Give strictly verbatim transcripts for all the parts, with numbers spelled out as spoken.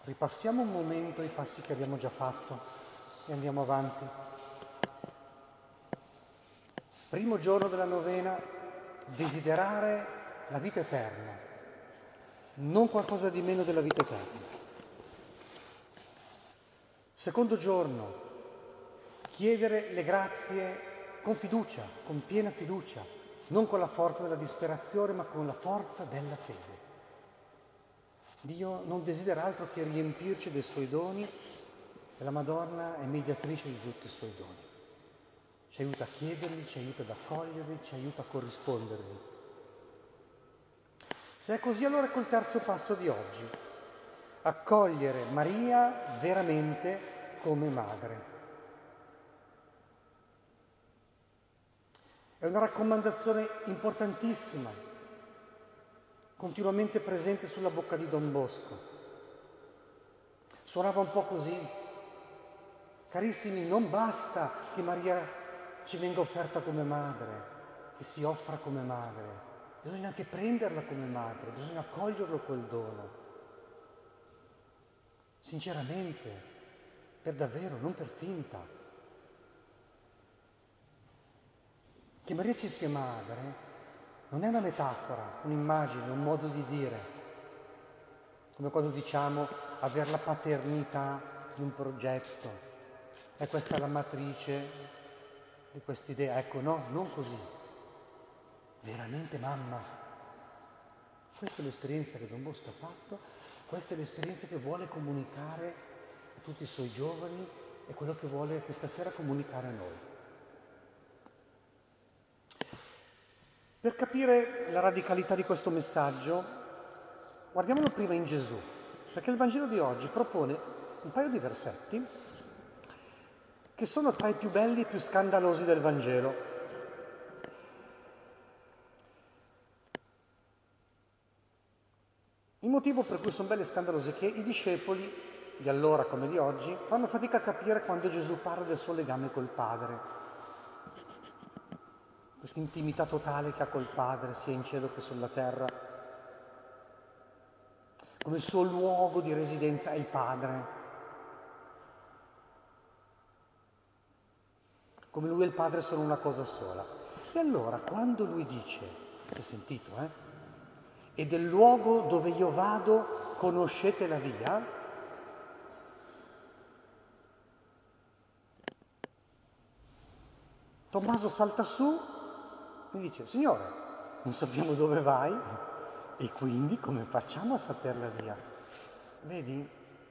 Ripassiamo un momento i passi che abbiamo già fatto e andiamo avanti. Primo giorno della novena, desiderare la vita eterna, non qualcosa di meno della vita eterna. Secondo giorno, chiedere le grazie con fiducia, con piena fiducia, non con la forza della disperazione, ma con la forza della fede. Dio non desidera altro che riempirci dei suoi doni e la Madonna è mediatrice di tutti i suoi doni. Ci aiuta a chiederli, ci aiuta ad accoglierli, ci aiuta a corrisponderli. Se è così, allora ecco il terzo passo di oggi: accogliere Maria veramente come madre. È una raccomandazione importantissima, continuamente presente sulla bocca di Don Bosco. Suonava un po' così: carissimi, non basta che Maria ci venga offerta come madre, che si offra come madre, bisogna anche prenderla come madre, bisogna accoglierlo quel dono. Sinceramente, per davvero, non per finta. Che Maria ci sia madre non è una metafora, un'immagine, un modo di dire, come quando diciamo aver la paternità di un progetto, è questa la matrice di quest'idea. Ecco, no, non così, veramente mamma. Questa è l'esperienza che Don Bosco ha fatto, questa è l'esperienza che vuole comunicare a tutti i suoi giovani e quello che vuole questa sera comunicare a noi. Per capire la radicalità di questo messaggio, guardiamolo prima in Gesù, perché il Vangelo di oggi propone un paio di versetti che sono tra i più belli e più scandalosi del Vangelo. Il motivo per cui sono belli e scandalosi è che i discepoli di allora come di oggi fanno fatica a capire quando Gesù parla del suo legame col Padre. Questa intimità totale che ha col Padre, sia in cielo che sulla terra, come il suo luogo di residenza è il Padre, come lui e il Padre sono una cosa sola. E allora, quando lui dice, avete sentito, eh? E del luogo dove io vado conoscete la via, Tommaso salta su e dice: Signore, non sappiamo dove vai e quindi come facciamo a sapere la via? Vedi?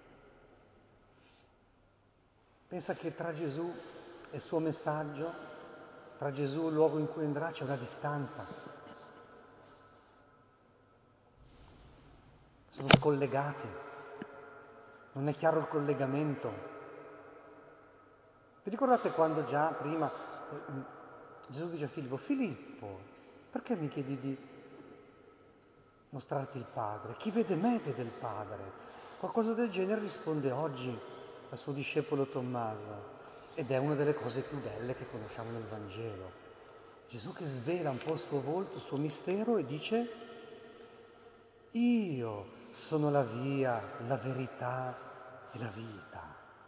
Pensa che tra Gesù e il suo messaggio, tra Gesù e il luogo in cui andrà, c'è una distanza. Sono scollegati, non è chiaro il collegamento. Vi ricordate quando già prima eh, Gesù dice a Filippo: Filippo, perché mi chiedi di mostrarti il Padre? Chi vede me vede il Padre. Qualcosa del genere risponde oggi al suo discepolo Tommaso, ed è una delle cose più belle che conosciamo nel Vangelo. Gesù che svela un po' il suo volto, il suo mistero e dice: io sono la via, la verità e la vita.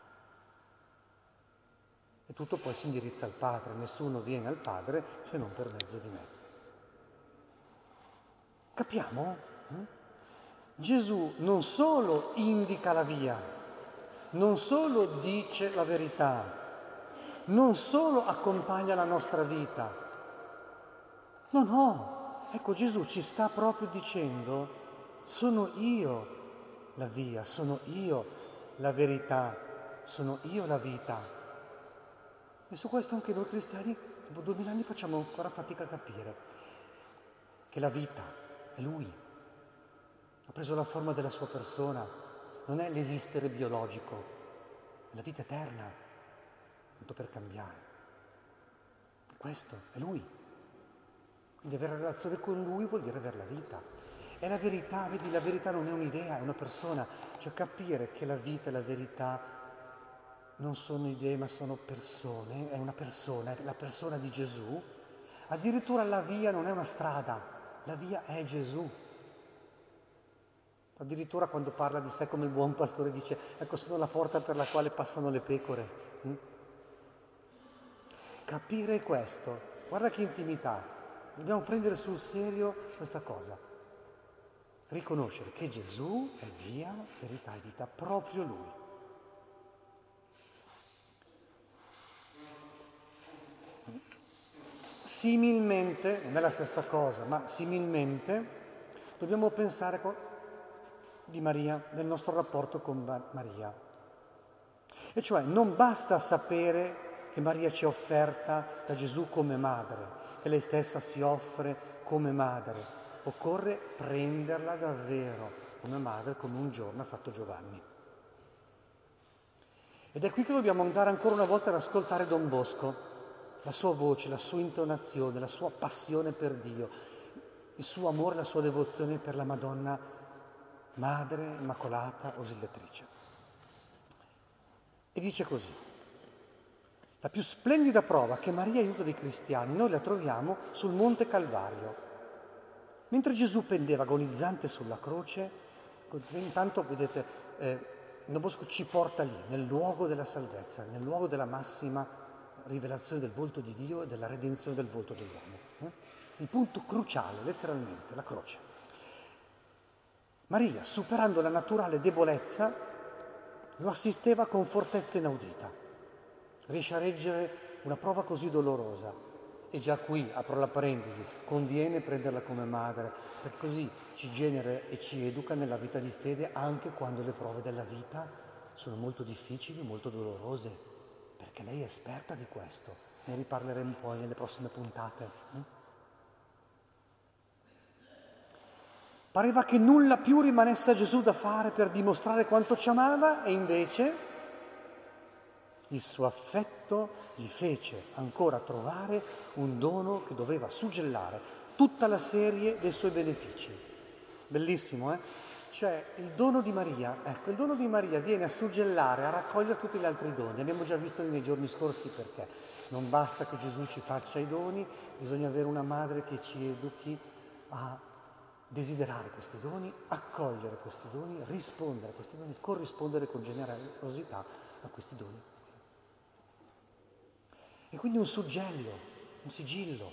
E tutto poi si indirizza al Padre, nessuno viene al Padre se non per mezzo di me. Capiamo? Gesù non solo indica la via, non solo dice la verità, non solo accompagna la nostra vita. No, no, ecco, Gesù ci sta proprio dicendo: sono io la via, sono io la verità, sono io la vita. E su questo anche noi cristiani, dopo duemila anni, facciamo ancora fatica a capire che la vita è Lui. Ha preso la forma della sua persona, non è l'esistere biologico, è la vita eterna, tanto per cambiare. Questo è Lui. Quindi avere relazione con Lui vuol dire avere la vita. È la verità, vedi, la verità non è un'idea, è una persona. Cioè capire che la vita e la verità non sono idee ma sono persone, è una persona, è la persona di Gesù. Addirittura la via non è una strada, la via è Gesù. Addirittura quando parla di sé come il buon pastore dice, ecco sono la porta per la quale passano le pecore. Mm? Capire questo, guarda che intimità, dobbiamo prendere sul serio questa cosa, riconoscere che Gesù è via, verità e vita, proprio Lui. Similmente, non è la stessa cosa, ma similmente dobbiamo pensare di Maria, del nostro rapporto con Maria. E cioè non basta sapere che Maria ci è offerta da Gesù come madre, che lei stessa si offre come madre. Occorre prenderla davvero come madre, come un giorno ha fatto Giovanni. Ed è qui che dobbiamo andare ancora una volta ad ascoltare Don Bosco, la sua voce, la sua intonazione, la sua passione per Dio, il suo amore, la sua devozione per la Madonna Madre Immacolata Ausiliatrice. E dice così: la più splendida prova che Maria aiuta dei cristiani noi la troviamo sul Monte Calvario. Mentre Gesù pendeva agonizzante sulla croce, intanto vedete, eh, Don Bosco ci porta lì, nel luogo della salvezza, nel luogo della massima rivelazione del volto di Dio e della redenzione del volto dell'uomo. Eh? Il punto cruciale, letteralmente, la croce. Maria, superando la naturale debolezza, lo assisteva con fortezza inaudita. Riesce a reggere una prova così dolorosa. E già qui, apro la parentesi, conviene prenderla come madre, perché così ci genera e ci educa nella vita di fede anche quando le prove della vita sono molto difficili, molto dolorose, perché lei è esperta di questo. Ne riparleremo poi nelle prossime puntate. Pareva che nulla più rimanesse a Gesù da fare per dimostrare quanto ci amava e invece il suo affetto gli fece ancora trovare un dono che doveva suggellare tutta la serie dei suoi benefici. Bellissimo, eh? Cioè il dono di Maria, ecco, il dono di Maria viene a suggellare, a raccogliere tutti gli altri doni. Abbiamo già visto nei giorni scorsi perché non basta che Gesù ci faccia i doni, bisogna avere una madre che ci educhi a desiderare questi doni, accogliere questi doni, rispondere a questi doni, corrispondere con generosità a questi doni. E quindi un suggello, un sigillo.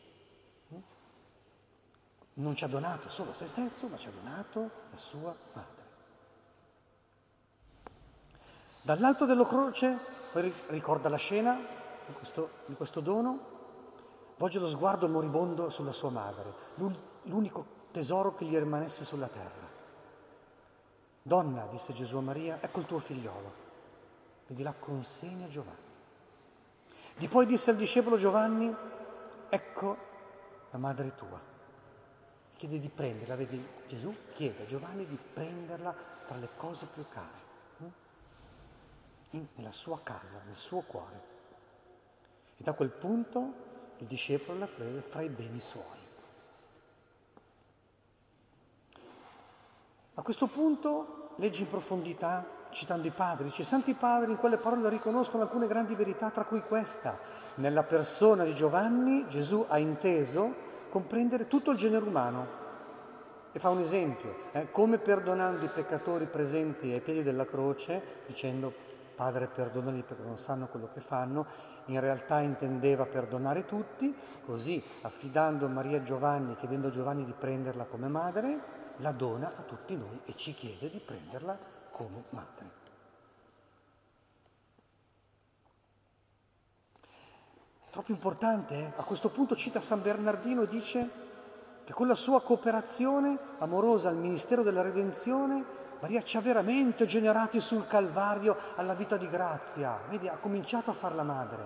Non ci ha donato solo se stesso, ma ci ha donato la sua madre. Dall'alto della croce, poi ricorda la scena di questo, di questo dono, volge lo sguardo moribondo sulla sua madre, l'unico tesoro che gli rimanesse sulla terra. Donna, disse Gesù a Maria, ecco il tuo figliolo. Vedi, la consegna a Giovanni. Di poi disse al discepolo Giovanni, ecco la madre tua. Chiede di prenderla, vedi, Gesù chiede a Giovanni di prenderla tra le cose più care, in, nella sua casa, nel suo cuore. E da quel punto il discepolo la prese fra i beni suoi. A questo punto leggi in profondità, citando i padri, dice, santi padri in quelle parole riconoscono alcune grandi verità, tra cui questa. Nella persona di Giovanni Gesù ha inteso comprendere tutto il genere umano. E fa un esempio, eh, come perdonando i peccatori presenti ai piedi della croce, dicendo Padre perdonali perché non sanno quello che fanno, in realtà intendeva perdonare tutti, così affidando Maria a Giovanni, chiedendo a Giovanni di prenderla come madre, la dona a tutti noi e ci chiede di prenderla come madre. Troppo importante, eh? A questo punto cita San Bernardino e dice che con la sua cooperazione amorosa al ministero della redenzione Maria ci ha veramente generati sul Calvario alla vita di grazia. Vedi, ha cominciato a far la madre,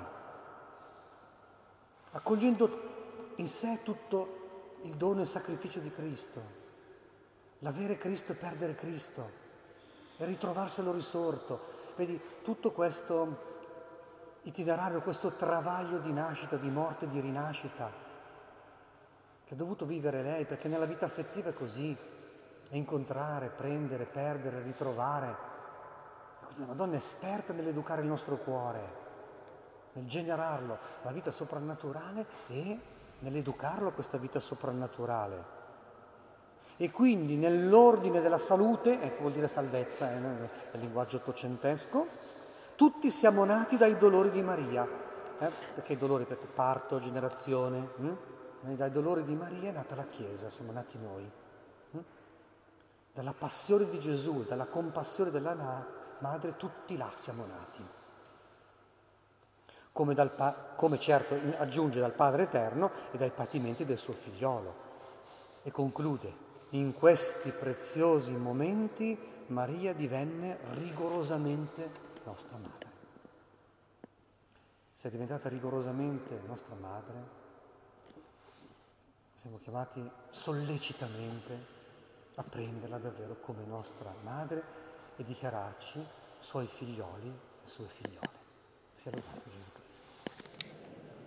accogliendo in sé tutto il dono e il sacrificio di Cristo. L'avere Cristo e perdere Cristo, e ritrovarselo risorto. Vedi, tutto questo itinerario, questo travaglio di nascita, di morte, di rinascita, che ha dovuto vivere lei, perché nella vita affettiva è così, è incontrare, prendere, perdere, ritrovare. Quindi la Madonna è esperta nell'educare il nostro cuore, nel generarlo alla vita soprannaturale e nell'educarlo a questa vita soprannaturale. E quindi nell'ordine della salute, ecco vuol dire salvezza eh, nel linguaggio ottocentesco, tutti siamo nati dai dolori di Maria. Eh? Perché i dolori? Perché parto, generazione. Hm? E dai dolori di Maria è nata la Chiesa, siamo nati noi. Hm? Dalla passione di Gesù, dalla compassione della na- madre, tutti là siamo nati. Come, dal pa- come certo aggiunge dal Padre Eterno e dai patimenti del suo figliolo. E conclude, in questi preziosi momenti Maria divenne rigorosamente nostra madre. Se è diventata rigorosamente nostra madre, siamo chiamati sollecitamente a prenderla davvero come nostra madre e dichiararci suoi figlioli e sue figliole. Sia lodato Gesù Cristo.